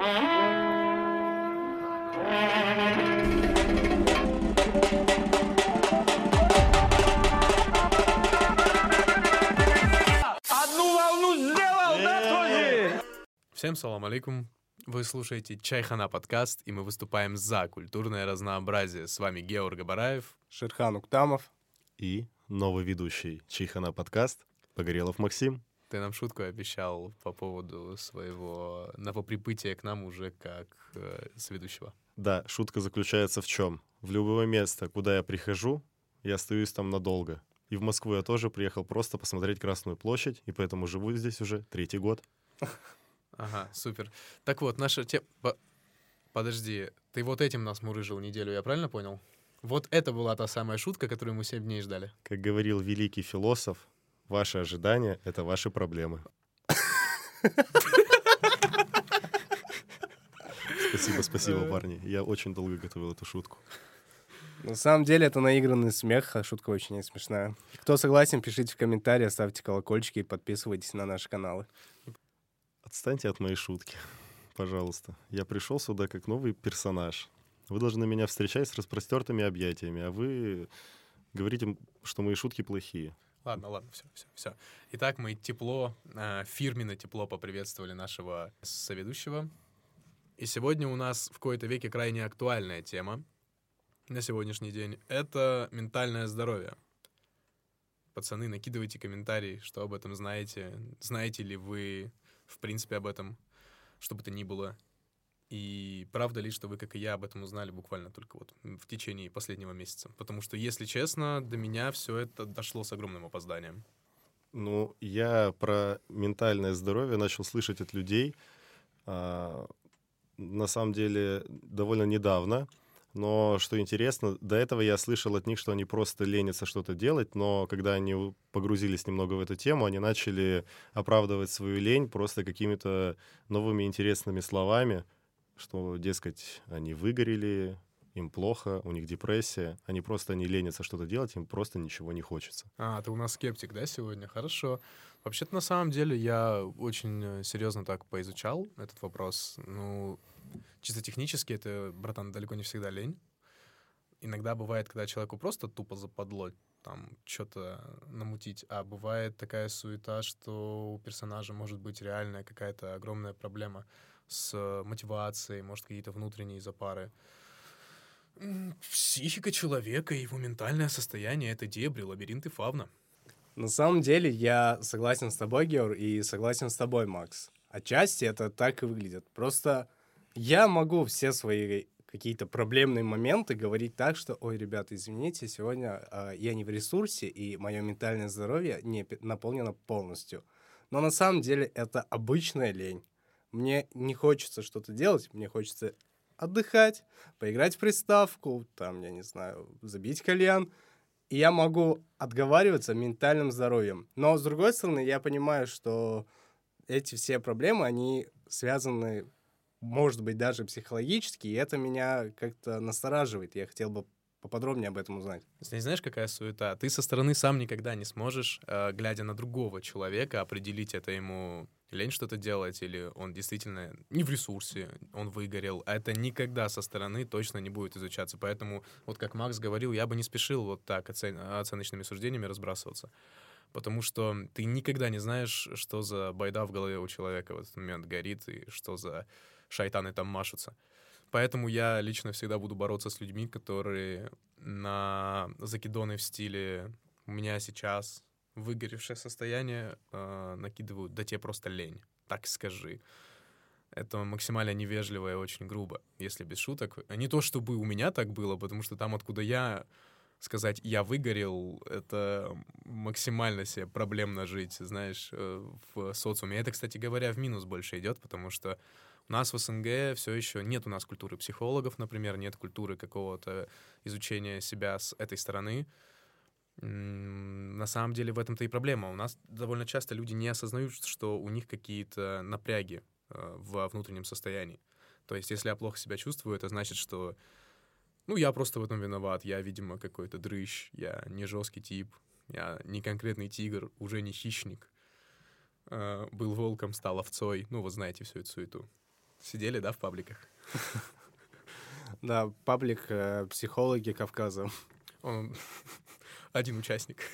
Одну волну сделал, да, тоже? Всем салам алейкум. Вы слушаете Чайхана подкаст, и мы выступаем за культурное разнообразие. С вами Георг Габараев, Шерхан Уктамов И новый ведущий Чайхана подкаст Погорелов Максим. Ты нам шутку обещал по поводу своего новоприбытия к нам уже как соведущего. Да, шутка заключается в чем? В любое место, куда я прихожу, я остаюсь там надолго. И в Москву я тоже приехал просто посмотреть Красную площадь, и поэтому живу здесь уже 3-й год. Ага, супер. Так вот, наша тема... Подожди, ты вот этим нас мурыжил неделю, я правильно понял? Вот это была та самая шутка, которую мы 7 дней ждали. Как говорил великий философ, ваши ожидания — это ваши проблемы. Спасибо, парни. Я очень долго готовил эту шутку. На самом деле это наигранный смех, а шутка очень не смешная. Кто согласен, пишите в комментариях, ставьте колокольчики и подписывайтесь на наши каналы. Отстаньте от моей шутки, пожалуйста. Я пришел сюда как новый персонаж. Вы должны меня встречать с распростертыми объятиями, а вы говорите, что мои шутки плохие. Ладно, все. Итак, мы фирменно тепло поприветствовали нашего соведущего. И сегодня у нас в кои-то веке крайне актуальная тема на сегодняшний день. Это ментальное здоровье. Пацаны, накидывайте комментарии, что об этом знаете. Знаете ли вы, в принципе, об этом, что бы то ни было. И правда ли, что вы, как и я, об этом узнали буквально только вот в течение последнего месяца? Потому что, если честно, до меня все это дошло с огромным опозданием. Ну, я про ментальное здоровье начал слышать от людей, на самом деле, довольно недавно. Но, что интересно, до этого я слышал от них, что они просто ленятся что-то делать, но когда они погрузились немного в эту тему, они начали оправдывать свою лень просто какими-то новыми интересными словами, что, дескать, они выгорели, им плохо, у них депрессия, они ленятся что-то делать, им просто ничего не хочется. Ты у нас скептик, да, сегодня? Хорошо. Вообще-то, на самом деле, я очень серьезно так поизучал этот вопрос. Ну, чисто технически это, братан, далеко не всегда лень. Иногда бывает, когда человеку просто тупо западло там что-то намутить, а бывает такая суета, что у персонажа может быть реальная какая-то огромная проблема с мотивацией, может, какие-то внутренние запары. Психика человека и его ментальное состояние — это дебри, лабиринты фавна. На самом деле я согласен с тобой, Георг, и согласен с тобой, Макс. Отчасти это так и выглядит. Просто я могу все свои какие-то проблемные моменты говорить так, что, ой, ребята, извините, сегодня я не в ресурсе, и мое ментальное здоровье не наполнено полностью. Но на самом деле это обычная лень. Мне не хочется что-то делать, мне хочется отдыхать, поиграть в приставку, там, я не знаю, забить кальян. И я могу отговариваться ментальным здоровьем. Но, с другой стороны, я понимаю, что эти все проблемы, они связаны, может быть, даже психологически, и это меня как-то настораживает. Я хотел бы поподробнее об этом узнать. Знаешь, какая суета? Ты со стороны сам никогда не сможешь, глядя на другого человека, определить, это ему лень что-то делать, или он действительно не в ресурсе, он выгорел. А это никогда со стороны точно не будет изучаться. Поэтому, вот как Макс говорил, я бы не спешил вот так оценочными суждениями разбрасываться. Потому что ты никогда не знаешь, что за байда в голове у человека в этот момент горит, и что за шайтаны там машутся. Поэтому я лично всегда буду бороться с людьми, которые на закидоны в стиле «у меня сейчас выгоревшее состояние» накидывают «да тебе просто лень, так скажи». Это максимально невежливо и очень грубо, если без шуток. Не то, чтобы у меня так было, потому что там, откуда я, сказать «я выгорел» — это максимально себе проблемно жить, знаешь, в социуме. И это, кстати говоря, в минус больше идет, потому что у нас в СНГ все еще нет у нас культуры психологов, например, нет культуры какого-то изучения себя с этой стороны. На самом деле в этом-то и проблема. У нас довольно часто люди не осознают, что у них какие-то напряги во внутреннем состоянии. То есть если я плохо себя чувствую, это значит, что я просто в этом виноват. Я, видимо, какой-то дрыщ, я не жесткий тип, я не конкретный тигр, уже не хищник. Был волком, стал овцой. Вы знаете всю эту суету. Сидели, да, в пабликах? Да, паблик «Психологи Кавказа». Он один участник.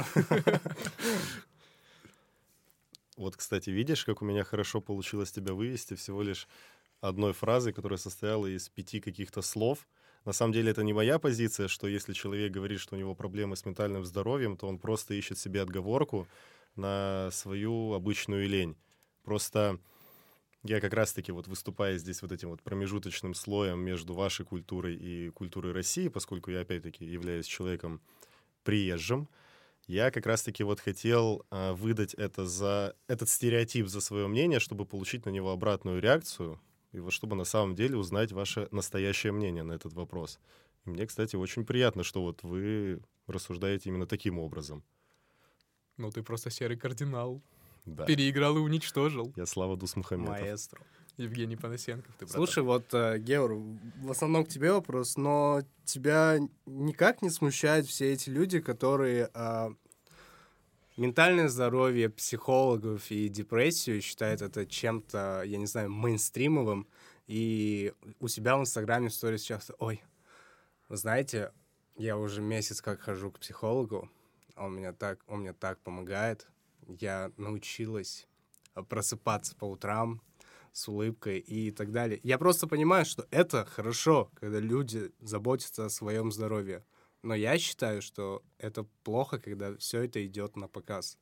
Вот, кстати, видишь, как у меня хорошо получилось тебя вывести всего лишь одной фразой, которая состояла из 5 каких-то слов. На самом деле это не моя позиция, что если человек говорит, что у него проблемы с ментальным здоровьем, то он просто ищет себе отговорку на свою обычную лень. Просто я как раз-таки вот выступая здесь вот этим вот промежуточным слоем между вашей культурой и культурой России, поскольку я опять-таки являюсь человеком приезжим, я как раз-таки вот хотел выдать этот стереотип за свое мнение, чтобы получить на него обратную реакцию, и вот чтобы на самом деле узнать ваше настоящее мнение на этот вопрос. И мне, кстати, очень приятно, что вот вы рассуждаете именно таким образом. Ну, ты просто серый кардинал. Да. Переиграл и уничтожил. Я Слава Дусмухаметов. Маэстро. Евгений Панасенков, ты, братан. Слушай, вот, Геор, в основном к тебе вопрос, но тебя никак не смущают все эти люди, которые ментальное здоровье, психологов и депрессию считают это чем-то, я не знаю, мейнстримовым, и у себя в Инстаграме в сторис часто: ой, вы знаете, я уже месяц как хожу к психологу, он мне так помогает, я научилась просыпаться по утрам с улыбкой и так далее. Я просто понимаю, что это хорошо, когда люди заботятся о своем здоровье. Но я считаю, что это плохо, когда все это идет на показ.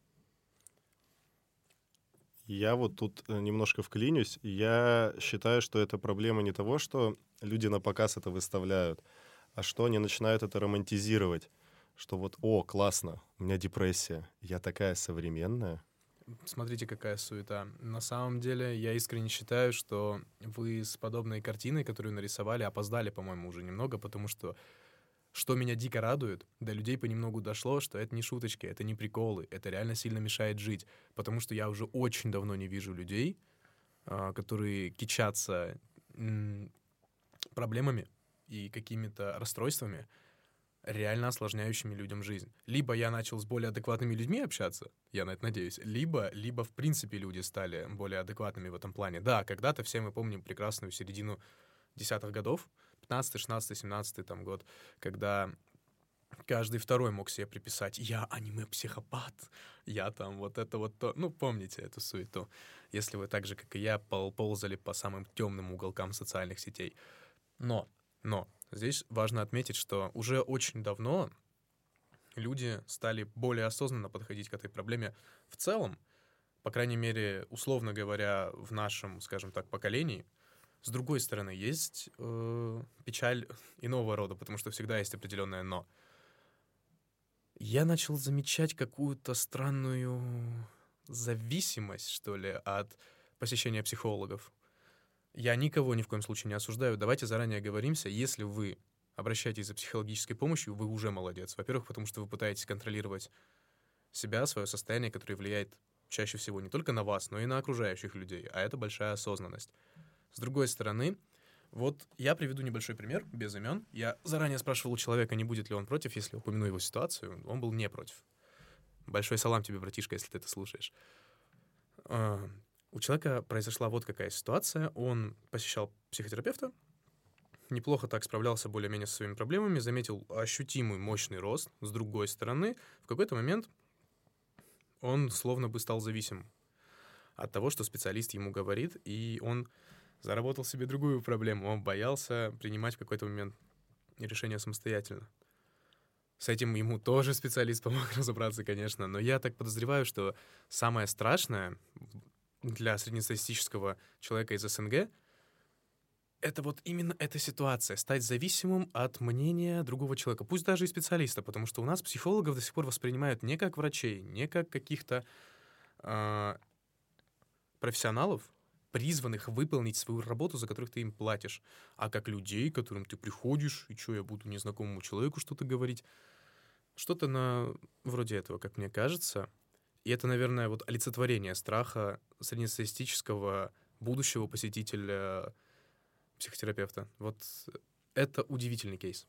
Я вот тут немножко вклинюсь. Я считаю, что это проблема не того, что люди на показ это выставляют, а что они начинают это романтизировать. Что вот, о, классно, у меня депрессия, я такая современная. Смотрите, какая суета. На самом деле, я искренне считаю, что вы с подобной картиной, которую нарисовали, опоздали, по-моему, уже немного, потому что меня дико радует, до людей понемногу дошло, что это не шуточки, это не приколы, это реально сильно мешает жить, потому что я уже очень давно не вижу людей, которые кичатся проблемами и какими-то расстройствами, реально осложняющими людям жизнь. Либо я начал с более адекватными людьми общаться, я на это надеюсь, либо в принципе люди стали более адекватными в этом плане. Да, когда-то все мы помним прекрасную середину десятых годов, 15, 16, 17 там год, когда каждый второй мог себе приписать: я аниме-психопат, я там вот это вот то. Ну, помните эту суету, если вы так же, как и я, ползали по самым темным уголкам социальных сетей. Но здесь важно отметить, что уже очень давно люди стали более осознанно подходить к этой проблеме в целом, по крайней мере, условно говоря, в нашем, скажем так, поколении. С другой стороны, есть печаль иного рода, потому что всегда есть определенное «но». Я начал замечать какую-то странную зависимость, что ли, от посещения психологов. Я никого ни в коем случае не осуждаю. Давайте заранее оговоримся, если вы обращаетесь за психологической помощью, вы уже молодец. Во-первых, потому что вы пытаетесь контролировать себя, свое состояние, которое влияет чаще всего не только на вас, но и на окружающих людей. А это большая осознанность. С другой стороны, вот я приведу небольшой пример, без имен. Я заранее спрашивал у человека, не будет ли он против, если упомяну его ситуацию. Он был не против. Большой салам тебе, братишка, если ты это слушаешь. У человека произошла вот какая ситуация. Он посещал психотерапевта, неплохо так справлялся более-менее со своими проблемами, заметил ощутимый мощный рост. С другой стороны, в какой-то момент он словно бы стал зависим от того, что специалист ему говорит, и он заработал себе другую проблему. Он боялся принимать в какой-то момент решения самостоятельно. С этим ему тоже специалист помог разобраться, конечно, но я так подозреваю, что самое страшное для среднестатистического человека из СНГ — это вот именно эта ситуация — стать зависимым от мнения другого человека, пусть даже и специалиста, потому что у нас психологов до сих пор воспринимают не как врачей, не как каких-то профессионалов, призванных выполнить свою работу, за которых ты им платишь, а как людей, к которым ты приходишь, и что, я буду незнакомому человеку что-то говорить. Что-то вроде этого, как мне кажется. И это, наверное, вот олицетворение страха среднестатистического будущего посетителя психотерапевта. Вот это удивительный кейс.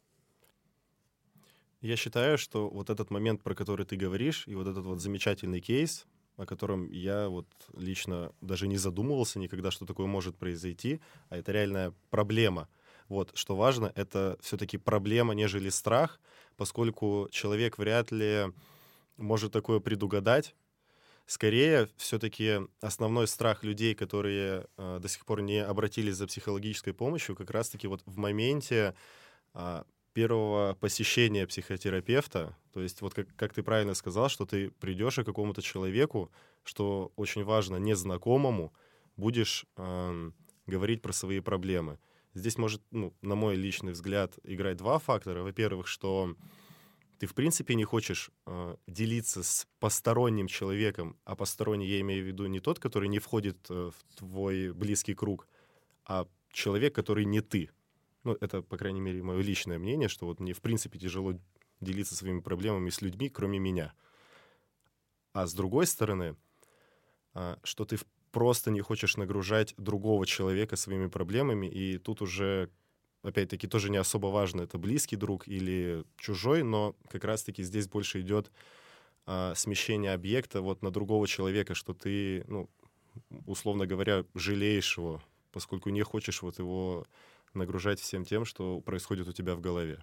Я считаю, что вот этот момент, про который ты говоришь, и вот этот вот замечательный кейс, о котором я вот лично даже не задумывался никогда, что такое может произойти, а это реальная проблема. Вот, что важно, это все-таки проблема, нежели страх, поскольку человек вряд ли может такое предугадать. Скорее, все-таки основной страх людей, которые до сих пор не обратились за психологической помощью, как раз-таки вот в моменте первого посещения психотерапевта, то есть вот как ты правильно сказал, что ты придешь к какому-то человеку, что очень важно, незнакомому, будешь говорить про свои проблемы. Здесь может, на мой личный взгляд, играть два фактора. Во-первых, что ты, в принципе, не хочешь делиться с посторонним человеком, а посторонний я имею в виду не тот, который не входит в твой близкий круг, а человек, который не ты. Это, по крайней мере, мое личное мнение, что вот мне, в принципе, тяжело делиться своими проблемами с людьми, кроме меня. А с другой стороны, что ты просто не хочешь нагружать другого человека своими проблемами, и тут уже, опять-таки, тоже не особо важно, это близкий друг или чужой, но как раз-таки здесь больше идет смещение объекта вот на другого человека, что ты, условно говоря, жалеешь его, поскольку не хочешь вот его нагружать всем тем, что происходит у тебя в голове.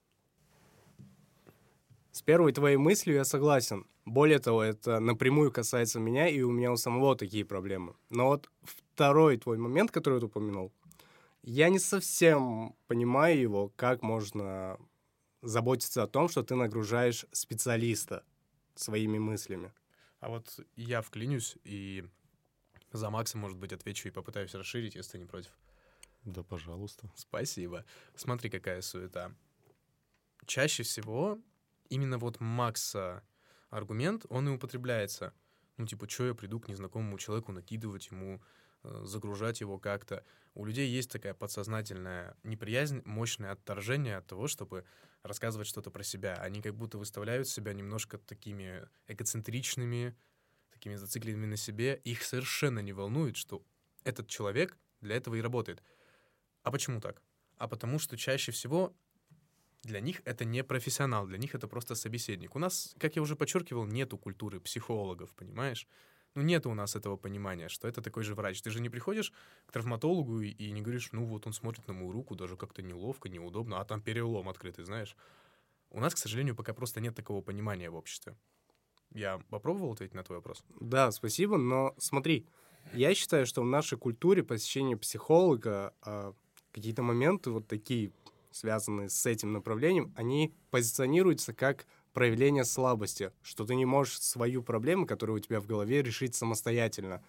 С первой твоей мыслью я согласен. Более того, это напрямую касается меня, и у меня у самого такие проблемы. Но вот второй твой момент, который ты упомянул, я не совсем понимаю его, как можно заботиться о том, что ты нагружаешь специалиста своими мыслями. А вот я вклинюсь и за Макса, может быть, отвечу и попытаюсь расширить, если ты не против. Да, пожалуйста. Спасибо. Смотри, какая суета. Чаще всего именно вот Макса аргумент, он и употребляется. Что я приду к незнакомому человеку, накидывать ему, загружать его как-то. У людей есть такая подсознательная неприязнь, мощное отторжение от того, чтобы рассказывать что-то про себя. Они как будто выставляют себя немножко такими эгоцентричными, такими зацикленными на себе. Их совершенно не волнует, что этот человек для этого и работает. А почему так? А потому что чаще всего для них это не профессионал, для них это просто собеседник. У нас, как я уже подчеркивал, нету культуры психологов, понимаешь? Нету у нас этого понимания, что это такой же врач. Ты же не приходишь к травматологу и не говоришь, вот он смотрит на мою руку, даже как-то неловко, неудобно, а там перелом открытый, знаешь? У нас, к сожалению, пока просто нет такого понимания в обществе. Я попробовал ответить на твой вопрос? Да, спасибо, но смотри, я считаю, что в нашей культуре посещение психолога, какие-то моменты вот такие, связанные с этим направлением, они позиционируются как проявление слабости, что ты не можешь свою проблему, которая у тебя в голове, решить самостоятельно.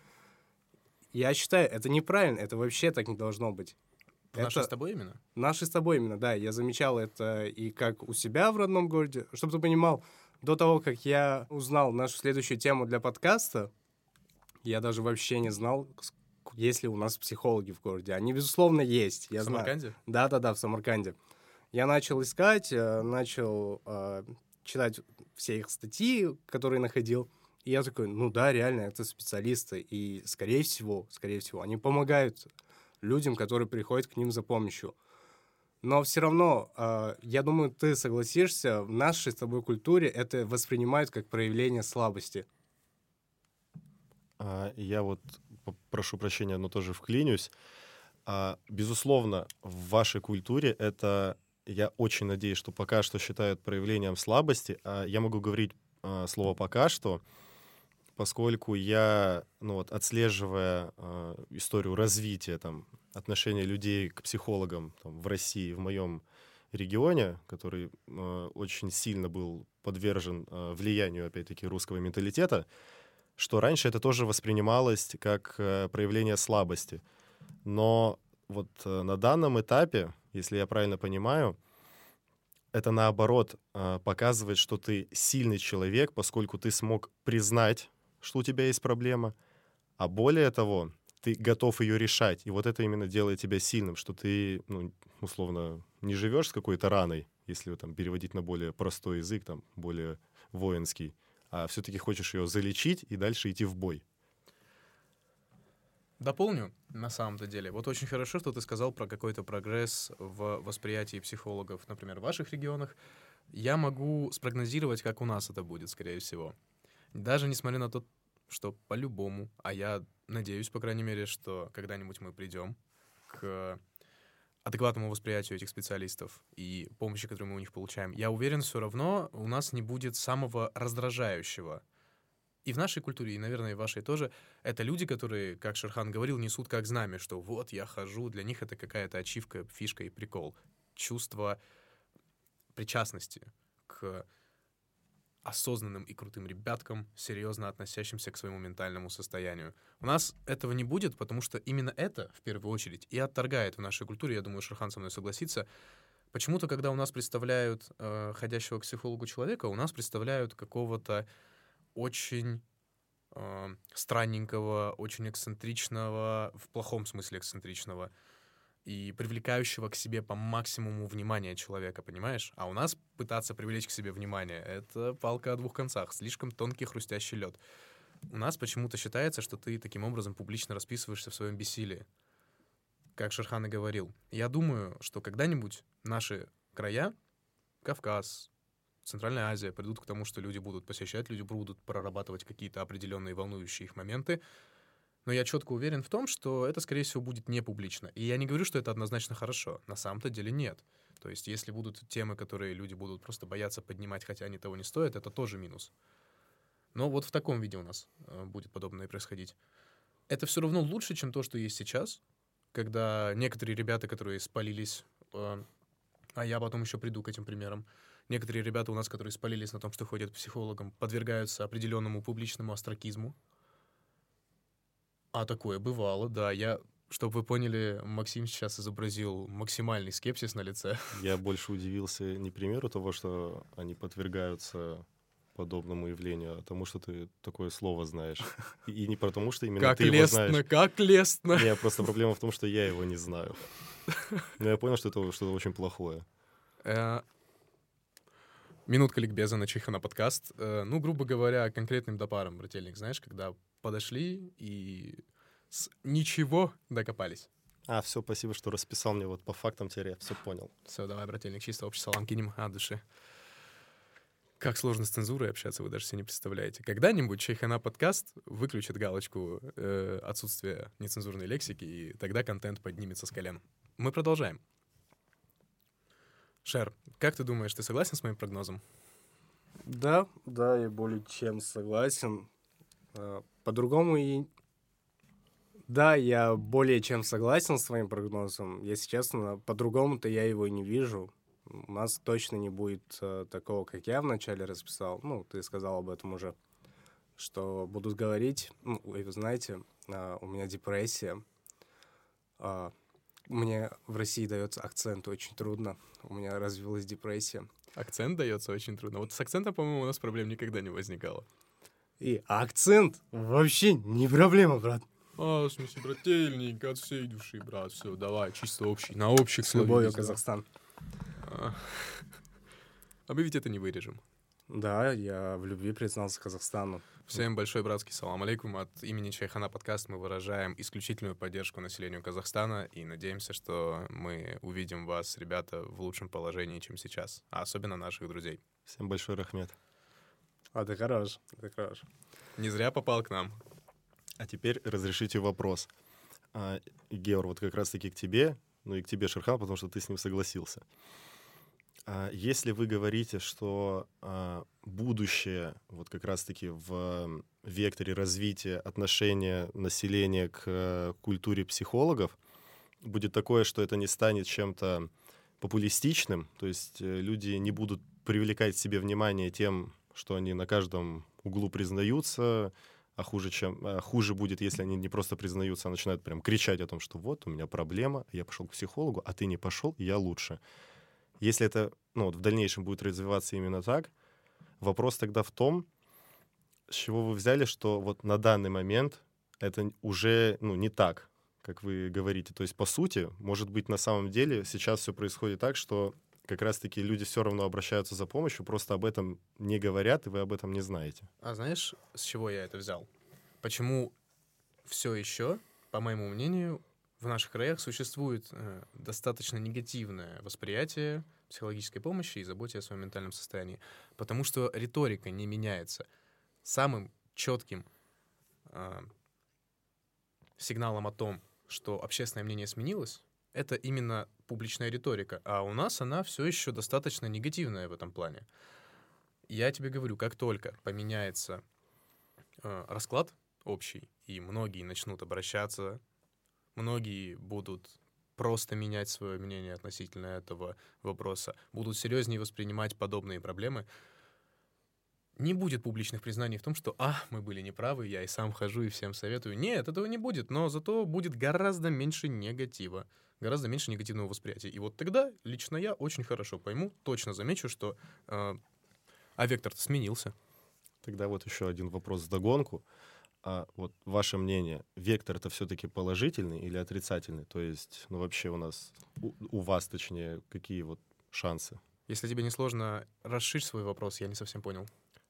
Я считаю, это неправильно, это вообще так не должно быть. Наши с тобой именно? Наши с тобой именно, да. Я замечал это и как у себя в родном городе. Чтобы ты понимал, до того, как я узнал нашу следующую тему для подкаста, я даже вообще не знал, есть ли у нас психологи в городе. Они, безусловно, есть. Я В Самарканде? Знаю. Да, в Самарканде. Я начал искать, начал читать все их статьи, которые находил. И я такой, да, реально, это специалисты. И, скорее всего, они помогают людям, которые приходят к ним за помощью. Но все равно, я думаю, ты согласишься, в нашей с тобой культуре это воспринимают как проявление слабости. Я вот прошу прощения, но тоже вклинюсь. Безусловно, в вашей культуре это, я очень надеюсь, что пока что считают проявлением слабости. Я могу говорить слово «пока что», поскольку я, отслеживая историю развития отношения людей к психологам в России, в моем регионе, который очень сильно был подвержен влиянию, опять-таки, русского менталитета, что раньше это тоже воспринималось как проявление слабости. Но вот на данном этапе, если я правильно понимаю, это наоборот показывает, что ты сильный человек, поскольку ты смог признать, что у тебя есть проблема, а более того, ты готов ее решать. И вот это именно делает тебя сильным, что ты, условно, не живешь с какой-то раной, если переводить на более простой язык, более воинский, а все-таки хочешь ее залечить и дальше идти в бой. Дополню, на самом-то деле. Вот очень хорошо, что ты сказал про какой-то прогресс в восприятии психологов, например, в ваших регионах. Я могу спрогнозировать, как у нас это будет, скорее всего. Даже несмотря на то, что по-любому, а я надеюсь, по крайней мере, что когда-нибудь мы придем к адекватному восприятию этих специалистов и помощи, которую мы у них получаем, я уверен, все равно у нас не будет самого раздражающего. И в нашей культуре, и, наверное, и в вашей тоже, это люди, которые, как Шерхан говорил, несут как знамя, что вот я хожу, для них это какая-то ачивка, фишка и прикол. Чувство причастности к осознанным и крутым ребяткам, серьезно относящимся к своему ментальному состоянию. У нас этого не будет, потому что именно это, в первую очередь, и отторгает в нашей культуре, я думаю, Шерхан со мной согласится. Почему-то, когда у нас представляют ходящего к психологу человека, у нас представляют какого-то очень странненького, очень эксцентричного, в плохом смысле эксцентричного, и привлекающего к себе по максимуму внимания человека, понимаешь? А у нас пытаться привлечь к себе внимание — это палка о двух концах, слишком тонкий хрустящий лед. У нас почему-то считается, что ты таким образом публично расписываешься в своем бессилии. Как Шерхан и говорил. Я думаю, что когда-нибудь наши края, Кавказ, Центральная Азия, придут к тому, что люди будут посещать, люди будут прорабатывать какие-то определенные волнующие их моменты. Но я четко уверен в том, что это, скорее всего, будет не публично. И я не говорю, что это однозначно хорошо. На самом-то деле нет. То есть если будут темы, которые люди будут просто бояться поднимать, хотя они того не стоят, это тоже минус. Но вот в таком виде у нас будет подобное происходить. Это все равно лучше, чем то, что есть сейчас, когда некоторые ребята, которые спалились, а я потом еще приду к этим примерам, некоторые ребята у нас, которые спалились на том, что ходят к психологам, подвергаются определенному публичному остракизму. А такое бывало, да. Чтобы вы поняли, Максим сейчас изобразил максимальный скепсис на лице. Я больше удивился не примеру того, что они подвергаются подобному явлению, а тому, что ты такое слово знаешь. И не потому, что именно как ты лестно, его знаешь. Как лестно! Нет, просто проблема в том, что я его не знаю. Но я понял, что это что-то очень плохое. Минутка ликбеза на Чихана подкаст. Грубо говоря, конкретным допаром, брательник, знаешь, когда подошли и с ничего докопались. Все, спасибо, что расписал мне вот по фактам теперь, я все понял. Все, давай, брательник, чисто общий салам кинем от души. Как сложно с цензурой общаться, вы даже себе не представляете. Когда-нибудь Чайхана подкаст выключит галочку отсутствия нецензурной лексики, и тогда контент поднимется с колен. Мы продолжаем. Шер, как ты думаешь, ты согласен с моим прогнозом? Да, я более чем согласен. По-другому и... Да, я более чем согласен с твоим прогнозом. Если честно, по-другому-то я его и не вижу. У нас точно не будет такого, как я вначале расписал. Ты сказал об этом уже. Что будут говорить... вы знаете, у меня депрессия. Мне в России дается акцент очень трудно. У меня развилась депрессия. Акцент дается очень трудно. Вот с акцентом, по-моему, у нас проблем никогда не возникало. И акцент вообще не проблема, брат. В смысле, брательник, от всей души, брат. Все, давай, чисто общий. На общих С любовью, Казахстан. А мы ведь это не вырежем. Да, я в любви признался Казахстану. Всем большой братский салам алейкум. От имени Чайхана подкаст мы выражаем исключительную поддержку населению Казахстана и надеемся, что мы увидим вас, ребята, в лучшем положении, чем сейчас. А особенно наших друзей. Всем большой рахмет. Ты хорош, Не зря попал к нам. А теперь разрешите вопрос. Геор, вот как раз-таки к тебе, и к тебе, Шерхан, потому что ты с ним согласился. Если вы говорите, что будущее вот как раз-таки в векторе развития отношения населения к культуре психологов будет такое, что это не станет чем-то популистичным, то есть люди не будут привлекать к себе внимание тем, что они на каждом углу признаются, а хуже будет, если они не просто признаются, а начинают прям кричать о том, что вот, у меня проблема, я пошел к психологу, а ты не пошел, я лучше. Если это в дальнейшем будет развиваться именно так, вопрос тогда в том, с чего вы взяли, что вот на данный момент это уже не так, как вы говорите. То есть, по сути, может быть, на самом деле сейчас все происходит так, что как раз-таки люди все равно обращаются за помощью, просто об этом не говорят, и вы об этом не знаете. А знаешь, с чего я это взял? Почему все еще, по моему мнению, в наших краях существует достаточно негативное восприятие психологической помощи и заботе о своем ментальном состоянии. Потому что риторика не меняется. Самым четким сигналом о том, что общественное мнение сменилось, это именно публичная риторика. А у нас она все еще достаточно негативная в этом плане. Я тебе говорю, как только поменяется расклад общий, и многие начнут обращаться, многие будут просто менять свое мнение относительно этого вопроса, будут серьезнее воспринимать подобные проблемы, не будет публичных признаний в том, что мы были неправы, я и сам хожу и всем советую. Нет, этого не будет, но зато будет гораздо меньше негатива, гораздо меньше негативного восприятия. И вот тогда лично я очень хорошо пойму, точно замечу, что вектор-то сменился. Тогда вот еще один вопрос вдогонку. Вот ваше мнение, вектор это все-таки положительный или отрицательный? То есть, вообще у вас, точнее, какие вот шансы? Если тебе не сложно, расширь свой вопрос, я не совсем понял.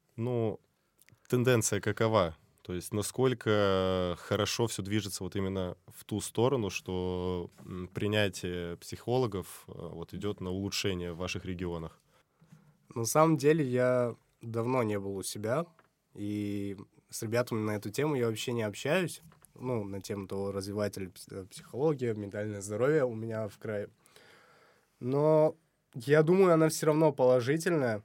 Тенденция какова? То есть насколько хорошо все движется вот именно в ту сторону, что принятие психологов вот идет на улучшение в ваших регионах? На самом деле я давно не был у себя, и с ребятами на эту тему я вообще не общаюсь. На тему того, развивать ли психология, ментальное здоровье у меня в крае. Но я думаю, она все равно положительная.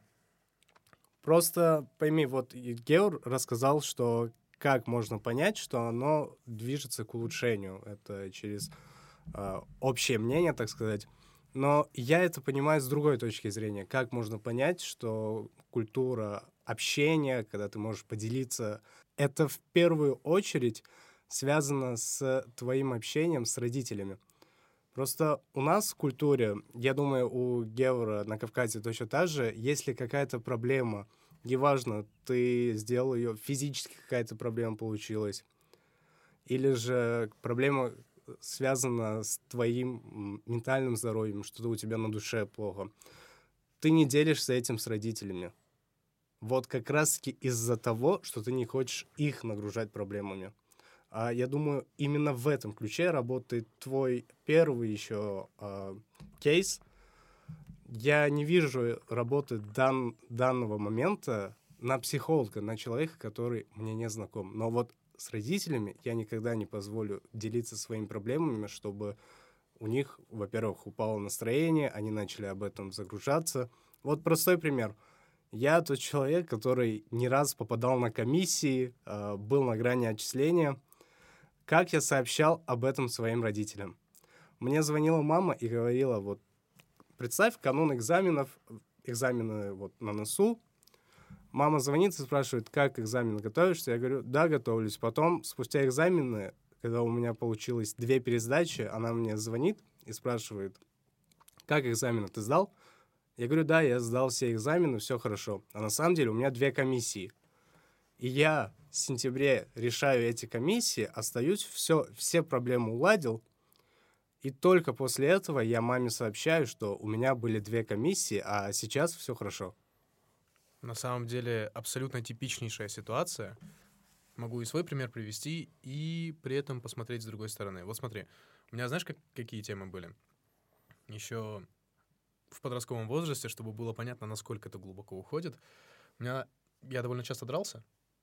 Просто пойми, вот Геор рассказал, что как можно понять, что оно движется к улучшению. Это через общее мнение, так сказать. Но я это понимаю с другой точки зрения. Как можно понять, что культура общения, когда ты можешь поделиться, это в первую очередь связано с твоим общением с родителями. Просто у нас в культуре, я думаю, у Геора на Кавказе точно так же, если какая-то проблема, неважно, ты сделал ее, физически какая-то проблема получилась, или же проблема связана с твоим ментальным здоровьем, что-то у тебя на душе плохо, ты не делишься этим с родителями. Вот как раз-таки из-за того, что ты не хочешь их нагружать проблемами. А я думаю, именно в этом ключе работает твой первый еще кейс. Я не вижу работы данного момента на психолога, на человека, который мне не знаком. Но вот с родителями я никогда не позволю делиться своими проблемами, чтобы у них, во-первых, упало настроение, они начали об этом загружаться. Вот простой пример. Я тот человек, который не раз попадал на комиссии, был на грани отчисления. Как я сообщал об этом своим родителям? Мне звонила мама и говорила, вот, представь, канун экзаменов, экзамены вот на носу. Мама звонит и спрашивает, как экзамен готовишься? Я говорю, да, готовлюсь. Потом, спустя экзамены, когда у меня получилось 2 пересдачи, она мне звонит и спрашивает, как экзамены ты сдал? Я говорю, да, я сдал все экзамены, все хорошо. А на самом деле у меня 2 комиссии. И я в сентябре решаю эти комиссии, остаюсь, все проблемы уладил. И только после этого я маме сообщаю, что у меня были 2 комиссии, а сейчас все хорошо. На самом деле абсолютно типичнейшая ситуация. Могу и свой пример привести, и при этом посмотреть с другой стороны. Вот смотри, у меня знаешь, какие темы были? Еще в подростковом возрасте, чтобы было понятно, насколько это глубоко уходит, я довольно часто дрался.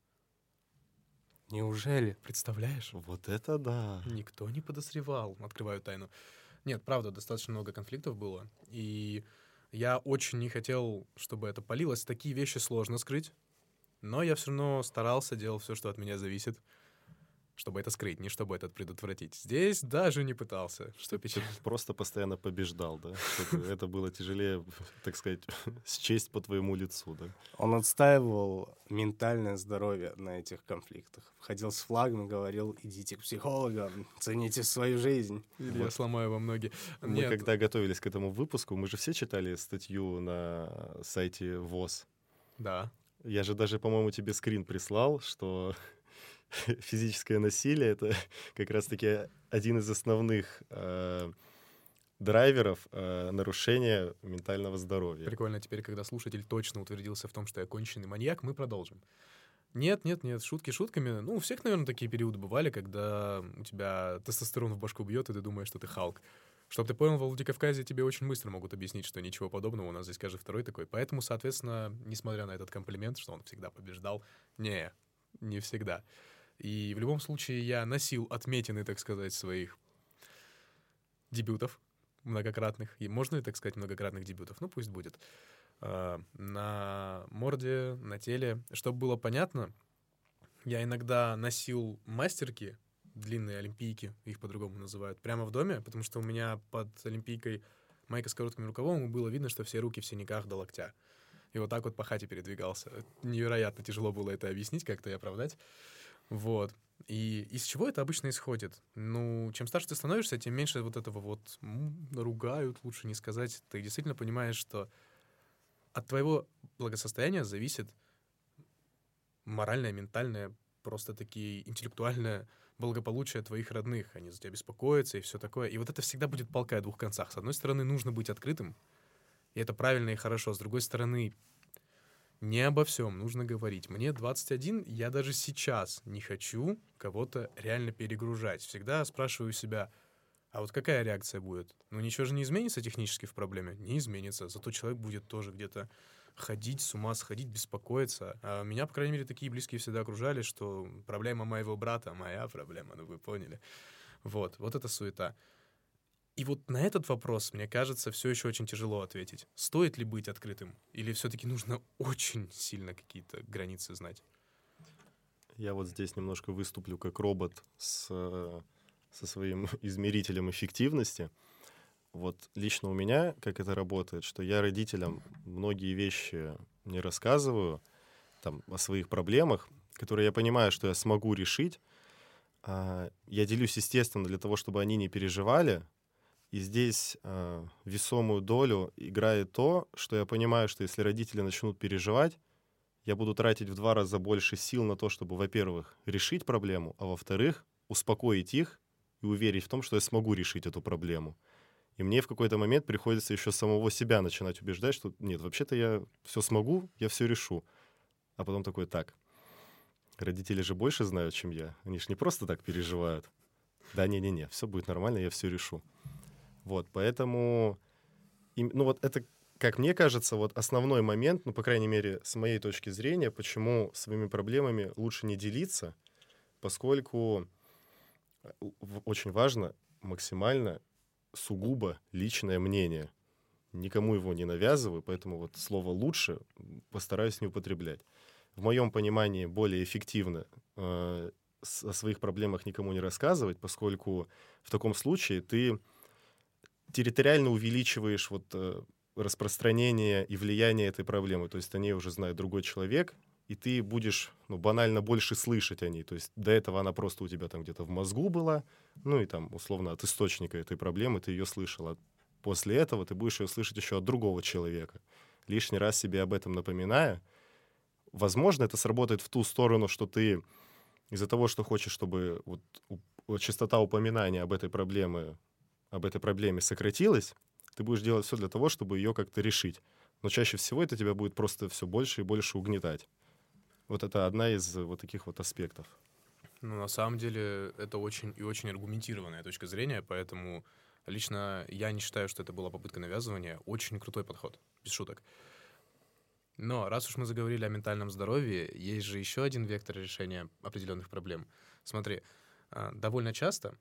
Неужели? Представляешь? Вот это да. Никто не подозревал. Открываю тайну. Нет, правда, достаточно много конфликтов было. И я очень не хотел, чтобы это палилось. Такие вещи сложно скрыть. Но я все равно старался, делал все, что от меня зависит, чтобы это скрыть, не чтобы это предотвратить. Здесь даже не пытался, что печально. Просто постоянно побеждал, да? Чтобы это было тяжелее, так сказать, счесть по твоему лицу, да? Он отстаивал ментальное здоровье на этих конфликтах. Ходил с флагом и говорил, идите к психологам, цените свою жизнь. Или я сломаю вам ноги. Мы когда готовились к этому выпуску, мы же все читали статью на сайте ВОЗ. Да. Я же даже, по-моему, тебе скрин прислал, что физическое насилие — это как раз-таки один из основных драйверов нарушения ментального здоровья. Прикольно, теперь, когда слушатель точно утвердился в том, что я конченый маньяк, мы продолжим. Нет, шутки шутками. Ну, у всех, наверное, такие периоды бывали, когда у тебя тестостерон в башку бьет, и ты думаешь, что ты Халк. Чтоб ты понял, в Владикавказе тебе очень быстро могут объяснить, что ничего подобного, у нас здесь каждый второй такой. Поэтому, соответственно, несмотря на этот комплимент, что он всегда побеждал, не всегда. И в любом случае я носил отметины, так сказать, своих дебютов многократных. И можно ли так сказать многократных дебютов? Ну, пусть будет. На морде, на теле. Чтобы было понятно, я иногда носил мастерки, длинные олимпийки, их по-другому называют, прямо в доме, потому что у меня под олимпийкой майка с коротким рукавом, и было видно, что все руки в синяках до локтя. И вот так вот по хате передвигался. Невероятно тяжело было это объяснить, как-то и оправдать. Вот. И из чего это обычно исходит? Ну, чем старше ты становишься, тем меньше вот этого вот ругают, лучше не сказать. Ты действительно понимаешь, что от твоего благосостояния зависит моральное, ментальное, просто-таки интеллектуальное благополучие твоих родных. Они за тебя беспокоятся и все такое. И вот это всегда будет палка о двух концах. С одной стороны, нужно быть открытым, и это правильно и хорошо. С другой стороны, не обо всем нужно говорить. Мне 21, я даже сейчас не хочу кого-то реально перегружать. Всегда спрашиваю себя, а вот какая реакция будет? Ну, ничего же не изменится технически в проблеме? Не изменится. Зато человек будет тоже где-то ходить, с ума сходить, беспокоиться. А меня, по крайней мере, такие близкие всегда окружали, что проблема моего брата — моя проблема, ну вы поняли. Вот эта суета. И вот на этот вопрос, мне кажется, все еще очень тяжело ответить. Стоит ли быть открытым? Или все-таки нужно очень сильно какие-то границы знать? Я вот здесь немножко выступлю как робот со своим измерителем эффективности. Вот лично у меня, как это работает, что я родителям многие вещи не рассказываю там, о своих проблемах, которые я понимаю, что я смогу решить. Я делюсь, естественно, для того, чтобы они не переживали. И здесь весомую долю играет то, что я понимаю, что если родители начнут переживать, я буду тратить в 2 раза больше сил на то, чтобы, во-первых, решить проблему, а во-вторых, успокоить их и уверить в том, что я смогу решить эту проблему. И мне в какой-то момент приходится еще самого себя начинать убеждать, что нет, вообще-то я все смогу, я все решу. А потом такой, так, родители же больше знают, чем я. Они же не просто так переживают. Да, не-не-не, все будет нормально, я все решу. Вот, поэтому, ну вот это, как мне кажется, вот основной момент, ну, по крайней мере, с моей точки зрения, почему своими проблемами лучше не делиться, поскольку очень важно максимально сугубо личное мнение. Никому его не навязываю, поэтому вот слово «лучше» постараюсь не употреблять. В моем понимании более эффективно о своих проблемах никому не рассказывать, поскольку в таком случае ты территориально увеличиваешь распространение и влияние этой проблемы. То есть о ней уже знает другой человек, и ты будешь банально больше слышать о ней. То есть до этого она просто у тебя там где-то в мозгу была, ну и там условно от источника этой проблемы ты ее слышал. А после этого ты будешь ее слышать еще от другого человека. Лишний раз себе об этом напоминая. Возможно, это сработает в ту сторону, что ты из-за того, что хочешь, чтобы частота упоминания об этой проблеме сократилась, ты будешь делать все для того, чтобы ее как-то решить. Но чаще всего это тебя будет просто все больше и больше угнетать. Вот это одна из вот таких вот аспектов. Ну, на самом деле, это очень и очень аргументированная точка зрения, поэтому лично я не считаю, что это была попытка навязывания. Очень крутой подход, без шуток. Но раз уж мы заговорили о ментальном здоровье, есть же еще один вектор решения определенных проблем. Смотри, довольно часто,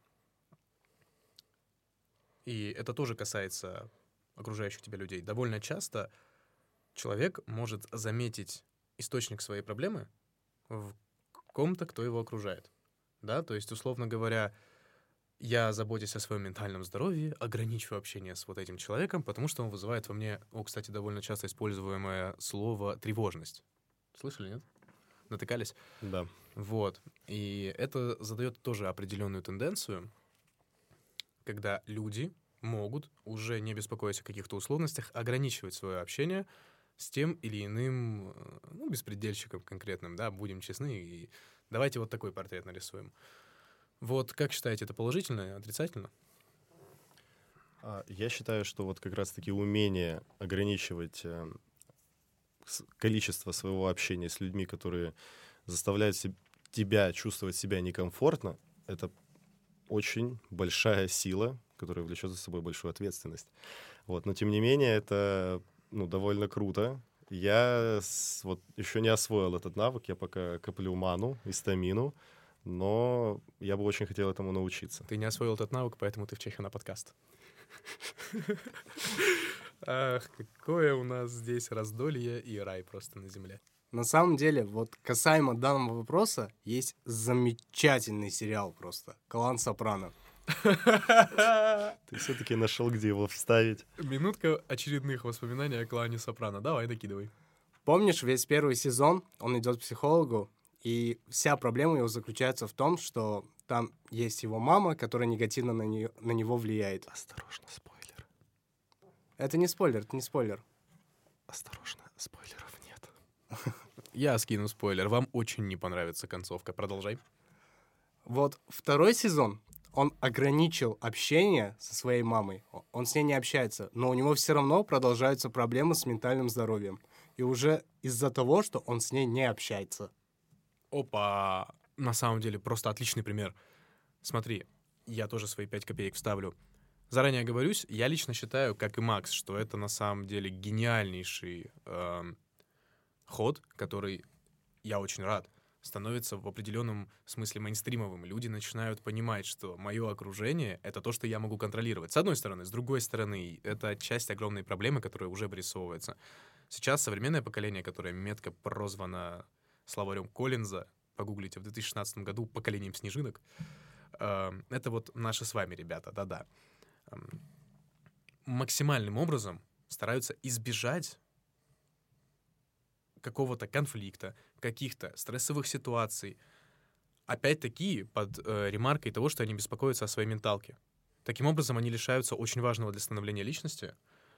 и это тоже касается окружающих тебя людей, довольно часто человек может заметить источник своей проблемы в ком-то, кто его окружает. Да? То есть, условно говоря, я, заботясь о своем ментальном здоровье, ограничиваю общение с вот этим человеком, потому что он вызывает во мне, кстати, довольно часто используемое слово «тревожность». Слышали, нет? Натыкались? Да. Вот. И это задает тоже определенную тенденцию, когда люди могут, уже не беспокоясь о каких-то условностях, ограничивать свое общение с тем или иным, беспредельщиком конкретным, да, будем честны, и давайте вот такой портрет нарисуем. Вот как считаете, это положительно или отрицательно? Я считаю, что вот как раз-таки умение ограничивать количество своего общения с людьми, которые заставляют тебя чувствовать себя некомфортно, это очень большая сила, которая влечет за собой большую ответственность. Вот. Но, тем не менее, это довольно круто. Я еще не освоил этот навык, я пока коплю ману и стамину, но я бы очень хотел этому научиться. Ты не освоил этот навык, поэтому ты в Чехии на подкаст. Ах, какое у нас здесь раздолье и рай просто на земле. На самом деле, вот касаемо данного вопроса, есть замечательный сериал просто «Клан Сопрано». Ты все-таки нашел, где его вставить. Минутка очередных воспоминаний о клане Сопрано. Давай, докидывай. Помнишь, весь первый сезон он идет к психологу, и вся проблема его заключается в том, что там есть его мама, которая негативно на него влияет. Осторожно, спойлер. Это не спойлер. Осторожно, спойлеров нет. Я скину спойлер. Вам очень не понравится концовка. Продолжай. Вот второй сезон, он ограничил общение со своей мамой. Он с ней не общается, но у него все равно продолжаются проблемы с ментальным здоровьем. И уже из-за того, что он с ней не общается. Опа! На самом деле, просто отличный пример. Смотри, я тоже свои 5 копеек вставлю. Заранее оговорюсь, я лично считаю, как и Макс, что это на самом деле гениальнейший ход, который, я очень рад, становится в определенном смысле мейнстримовым. Люди начинают понимать, что мое окружение — это то, что я могу контролировать. С одной стороны. С другой стороны, это часть огромной проблемы, которая уже вырисовывается. Сейчас современное поколение, которое метко прозвано словарем Коллинза, погуглите, в 2016 году поколением снежинок, это вот наши с вами ребята, да-да. Максимальным образом стараются избежать какого-то конфликта, каких-то стрессовых ситуаций. Опять-таки под ремаркой того, что они беспокоятся о своей менталке. Таким образом, они лишаются очень важного для становления личности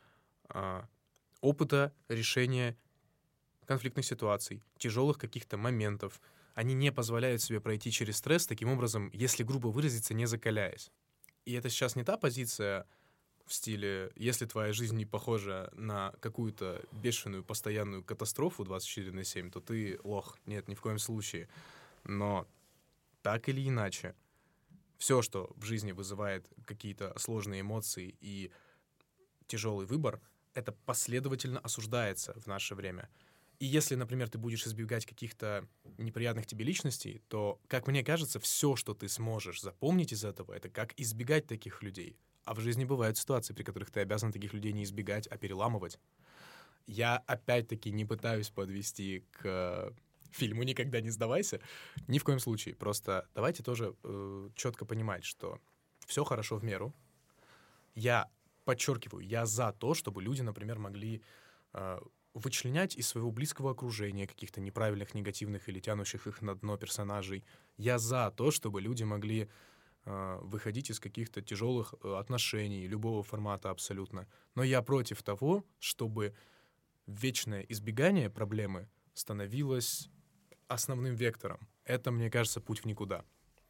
опыта решения конфликтных ситуаций, тяжелых каких-то моментов. Они не позволяют себе пройти через стресс, таким образом, если грубо выразиться, не закаляясь. И это сейчас не та позиция в стиле, если твоя жизнь не похожа на какую-то бешеную постоянную катастрофу 24/7, то ты лох. Нет, ни в коем случае. Но так или иначе, все, что в жизни вызывает какие-то сложные эмоции и тяжелый выбор, это последовательно осуждается в наше время. И если, например, ты будешь избегать каких-то неприятных тебе личностей, то, как мне кажется, все, что ты сможешь запомнить из этого, это как избегать таких людей. А в жизни бывают ситуации, при которых ты обязан таких людей не избегать, а переламывать. Я, опять-таки, не пытаюсь подвести к фильму «Никогда не сдавайся». Ни в коем случае. Просто давайте тоже четко понимать, что все хорошо в меру. Я подчеркиваю, я за то, чтобы люди, например, могли вычленять из своего близкого окружения каких-то неправильных, негативных или тянущих их на дно персонажей. Я за то, чтобы люди могли выходить из каких-то тяжелых отношений, любого формата абсолютно. Но я против того, чтобы вечное избегание проблемы становилось основным вектором. Это, мне кажется, путь в никуда.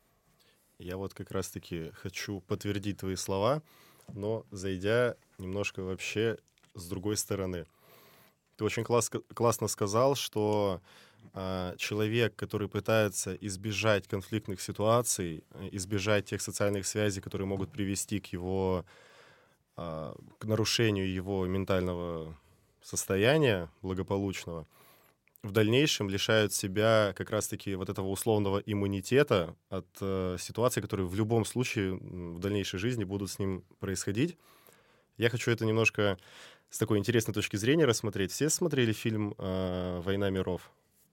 Я вот как раз-таки хочу подтвердить твои слова, но зайдя немножко вообще с другой стороны. Ты очень классно сказал, что человек, который пытается избежать конфликтных ситуаций, избежать тех социальных связей, которые могут привести к его к нарушению его ментального состояния благополучного, в дальнейшем лишают себя как раз-таки вот этого условного иммунитета от ситуаций, которые в любом случае в дальнейшей жизни будут с ним происходить. Я хочу это немножко с такой интересной точки зрения рассмотреть. Все смотрели фильм «Война миров»?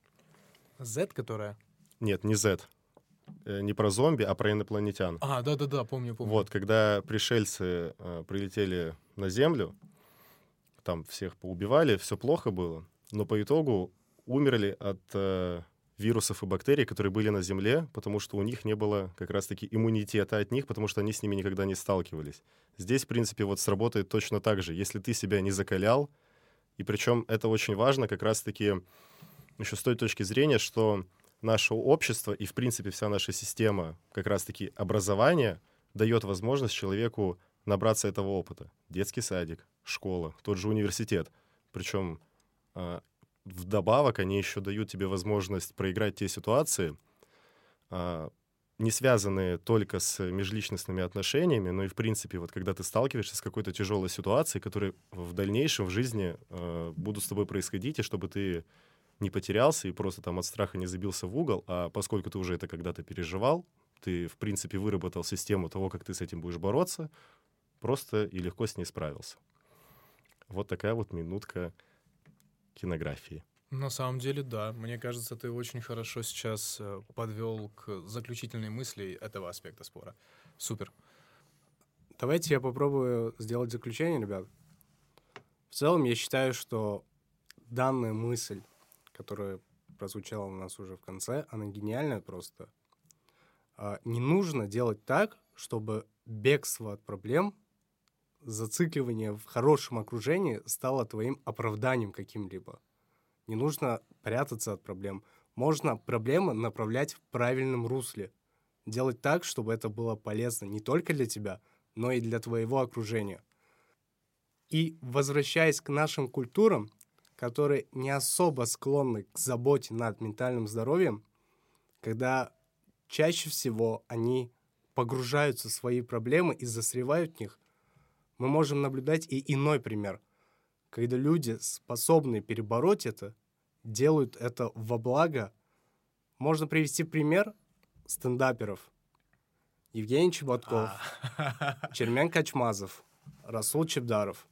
Z, которая? Нет, не Z. Не про зомби, а про инопланетян. Да-да-да, помню. Вот, когда пришельцы прилетели на Землю, там всех поубивали, все плохо было, но по итогу умерли от вирусов и бактерий, которые были на Земле, потому что у них не было как раз-таки иммунитета от них, потому что они с ними никогда не сталкивались. Здесь, в принципе, вот сработает точно так же. Если ты себя не закалял, и причем это очень важно как раз-таки еще с той точки зрения, что наше общество и, в принципе, вся наша система как раз-таки образования дает возможность человеку набраться этого опыта. Детский садик, школа, тот же университет. Причем вдобавок они еще дают тебе возможность проиграть те ситуации, не связанные только с межличностными отношениями, но и, в принципе, вот когда ты сталкиваешься с какой-то тяжелой ситуацией, которые в дальнейшем в жизни будут с тобой происходить, и чтобы ты не потерялся и просто там от страха не забился в угол, а поскольку ты уже это когда-то переживал, ты, в принципе, выработал систему того, как ты с этим будешь бороться, просто и легко с ней справился. Вот такая вот минутка кинографии. На самом деле, да. Мне кажется, ты очень хорошо сейчас подвел к заключительной мысли этого аспекта спора. Супер. Давайте я попробую сделать заключение, ребят. В целом, я считаю, что данная мысль, которая прозвучала у нас уже в конце, она гениальная просто. Не нужно делать так, чтобы бегство от проблем, зацикливание в хорошем окружении стало твоим оправданием каким-либо. Не нужно прятаться от проблем. Можно проблемы направлять в правильном русле. Делать так, чтобы это было полезно не только для тебя, но и для твоего окружения. И возвращаясь к нашим культурам, которые не особо склонны к заботе над ментальным здоровьем, когда чаще всего они погружаются в свои проблемы и застревают в них, мы можем наблюдать и иной пример, когда люди, способные перебороть это, делают это во благо. Можно привести пример стендаперов. Евгений Чеботков, Чермен Качмазов, Расул Чебдаров.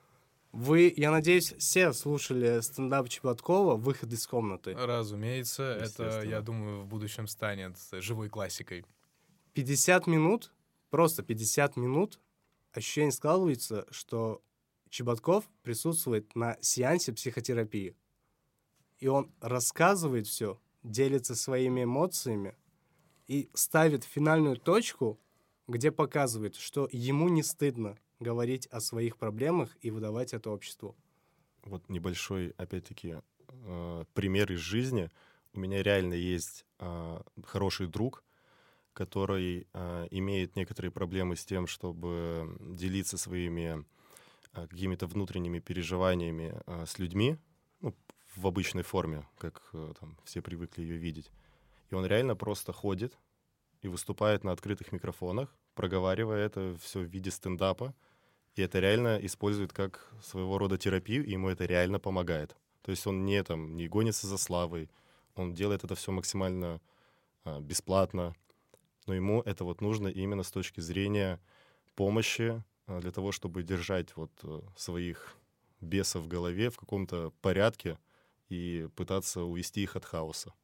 Вы, я надеюсь, все слушали стендап Чеботкова «Выход из комнаты». Разумеется, это, я думаю, в будущем станет живой классикой. 50 минут, просто 50 минут, ощущение складывается, что Чеботков присутствует на сеансе психотерапии. И он рассказывает все, делится своими эмоциями и ставит финальную точку, где показывает, что ему не стыдно говорить о своих проблемах и выдавать это обществу. Вот небольшой, опять-таки, пример из жизни. У меня реально есть хороший друг, который имеет некоторые проблемы с тем, чтобы делиться своими какими-то внутренними переживаниями с людьми, ну, в обычной форме, как там все привыкли ее видеть. И он реально просто ходит и выступает на открытых микрофонах, проговаривая это все в виде стендапа. И это реально использует как своего рода терапию, и ему это реально помогает. То есть он не гонится за славой, он делает это все максимально бесплатно, но ему это вот нужно именно с точки зрения помощи для того, чтобы держать вот своих бесов в голове в каком-то порядке и пытаться увести их от хаоса.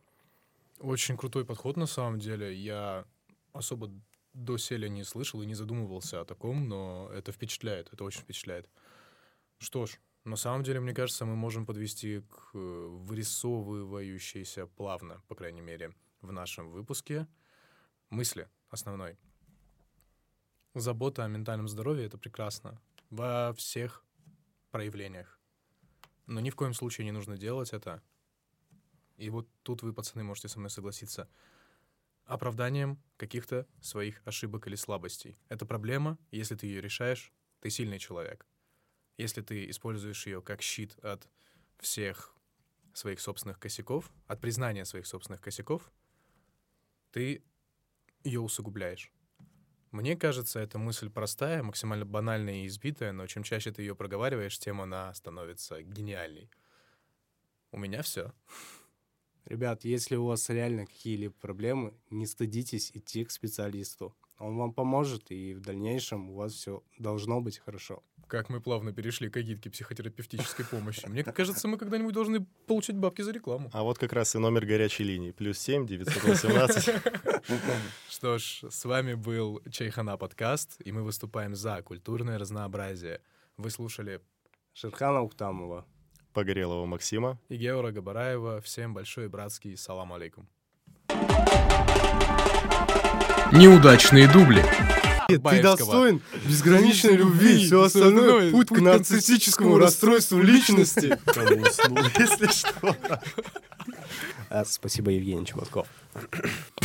Очень крутой подход, на самом деле. Я особо доселе не слышал и не задумывался о таком, но это впечатляет, это очень впечатляет. Что ж, на самом деле, мне кажется, мы можем подвести к вырисовывающейся плавно, по крайней мере, в нашем выпуске мысли основной. Забота о ментальном здоровье — это прекрасно во всех проявлениях. Но ни в коем случае не нужно делать это. И вот тут вы, пацаны, можете со мной согласиться. Оправданием каких-то своих ошибок или слабостей. Это проблема, если ты ее решаешь, ты сильный человек. Если ты используешь ее как щит от всех своих собственных косяков, от признания своих собственных косяков, ты ее усугубляешь. Мне кажется, эта мысль простая, максимально банальная и избитая, но чем чаще ты ее проговариваешь, тем она становится гениальной. У меня все. Ребят, если у вас реально какие-либо проблемы, не стыдитесь идти к специалисту. Он вам поможет, и в дальнейшем у вас все должно быть хорошо. Как мы плавно перешли к агитке психотерапевтической помощи. Мне кажется, мы когда-нибудь должны получить бабки за рекламу. А вот как раз и номер горячей линии. +7 918. Что ж, с вами был Чайхана подкаст, и мы выступаем за культурное разнообразие. Вы слушали Шерхана Ухтамова, Погорелого Максима и Геора Габараева. Всем большой братский салам алейкум. Неудачные дубли. Ты достоин безграничной любви, все остальное — путь к нарциссическому расстройству личности. Если что. Спасибо, Евгений Чеботков.